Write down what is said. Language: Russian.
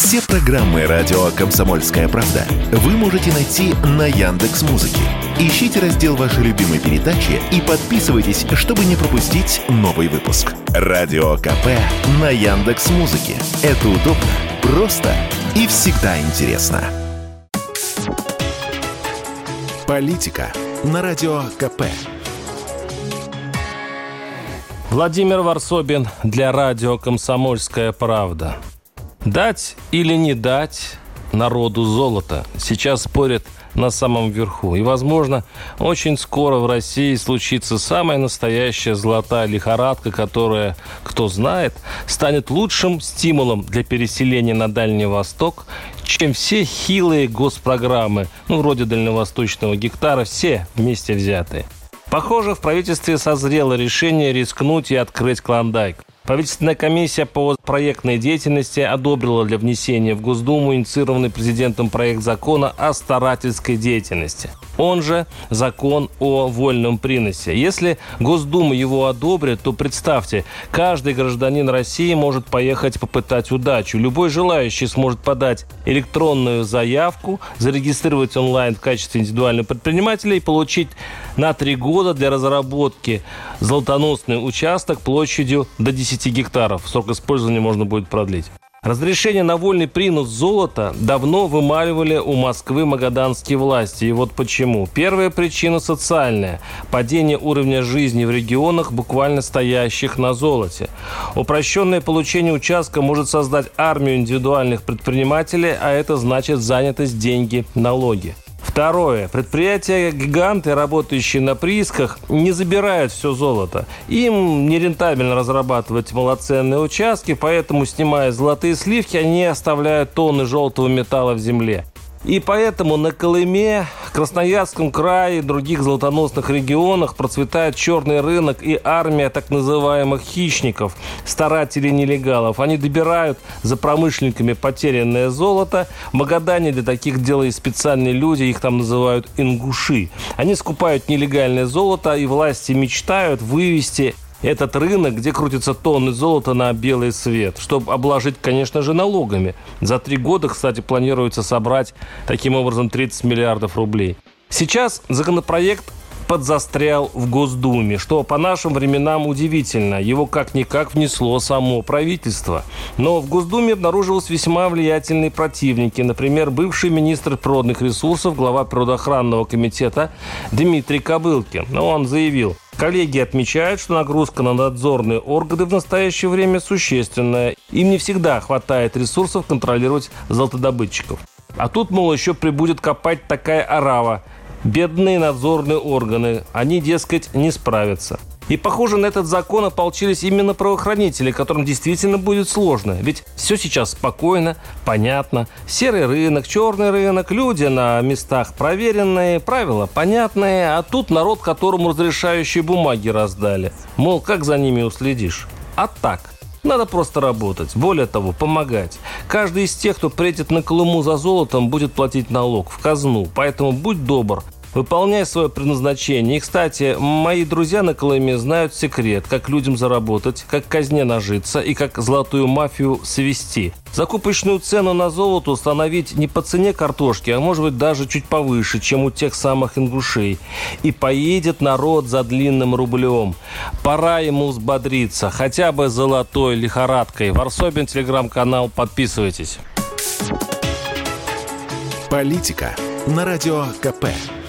Все программы радио «Комсомольская правда» вы можете найти на Яндекс.Музыке. Ищите раздел вашей любимой передачи и подписывайтесь, чтобы не пропустить новый выпуск. Радио КП на Яндекс.Музыке. Это удобно, просто и всегда интересно. Политика на Радио КП. Владимир Варсобин для радио «Комсомольская правда». Дать или не дать народу золото? Сейчас спорят на самом верху. И, возможно, очень скоро в России случится самая настоящая золотая лихорадка, которая, кто знает, станет лучшим стимулом для переселения на Дальний Восток, чем все хилые госпрограммы, вроде Дальневосточного гектара, все вместе взятые. Похоже, в правительстве созрело решение рискнуть и открыть Клондайк. Правительственная комиссия по проектной деятельности одобрила для внесения в Госдуму инициированный президентом проект закона о старательской деятельности. Он же закон о вольном приносе. Если Госдума его одобрит, то представьте, каждый гражданин России может поехать попытать удачу. Любой желающий сможет подать электронную заявку, зарегистрировать онлайн в качестве индивидуального предпринимателя и получить на 3 года для разработки золотоносный участок площадью до 10 гектаров. Срок использования можно будет продлить. Разрешение на вольный принос золота давно вымаливали у Москвы магаданские власти. И вот почему. Первая причина социальная. Падение уровня жизни в регионах, буквально стоящих на золоте. Упрощенное получение участка может создать армию индивидуальных предпринимателей, а это значит занятость, деньги, налоги. Второе. Предприятия-гиганты, работающие на приисках, не забирают все золото. Им нерентабельно разрабатывать малоценные участки, поэтому, снимая золотые сливки, они оставляют тонны желтого металла в земле. И поэтому на Колыме, Красноярском крае и других золотоносных регионах процветает черный рынок и армия так называемых хищников, старателей-нелегалов. Они добирают за промышленниками потерянное золото. В Магадане для таких дел есть специальные люди, их там называют ингуши. Они скупают нелегальное золото, и власти мечтают вывести этот рынок, где крутятся тонны золота, на белый свет, чтобы обложить, конечно же, налогами. За 3 года, кстати, планируется собрать таким образом 30 миллиардов рублей. Сейчас законопроект подзастрял в Госдуме, что по нашим временам удивительно. Его как-никак внесло само правительство. Но в Госдуме обнаружились весьма влиятельные противники. Например, бывший министр природных ресурсов, глава природоохранного комитета Дмитрий Кобылкин. Он заявил: коллеги отмечают, что нагрузка на надзорные органы в настоящее время существенная. Им не всегда хватает ресурсов контролировать золотодобытчиков. А тут, мол, еще прибудет копать такая орава. Бедные надзорные органы, они, дескать, не справятся. И, похоже, на этот закон ополчились именно правоохранители, которым действительно будет сложно. Ведь все сейчас спокойно, понятно. Серый рынок, черный рынок, люди на местах проверенные, правила понятные. А тут народ, которому разрешающие бумаги раздали. Мол, как за ними уследишь? А так. Надо просто работать. Более того, помогать. Каждый из тех, кто приедет на Колыму за золотом, будет платить налог в казну. Поэтому будь добр, выполняй свое предназначение. И, кстати, мои друзья на Колыме знают секрет, как людям заработать, как казне нажиться и как золотую мафию свести. Закупочную цену на золото установить не по цене картошки, а может быть даже чуть повыше, чем у тех самых ингушей. И поедет народ за длинным рублем. Пора ему взбодриться, хотя бы золотой лихорадкой. Варсобин, телеграм-канал, подписывайтесь. Политика на Радио КП.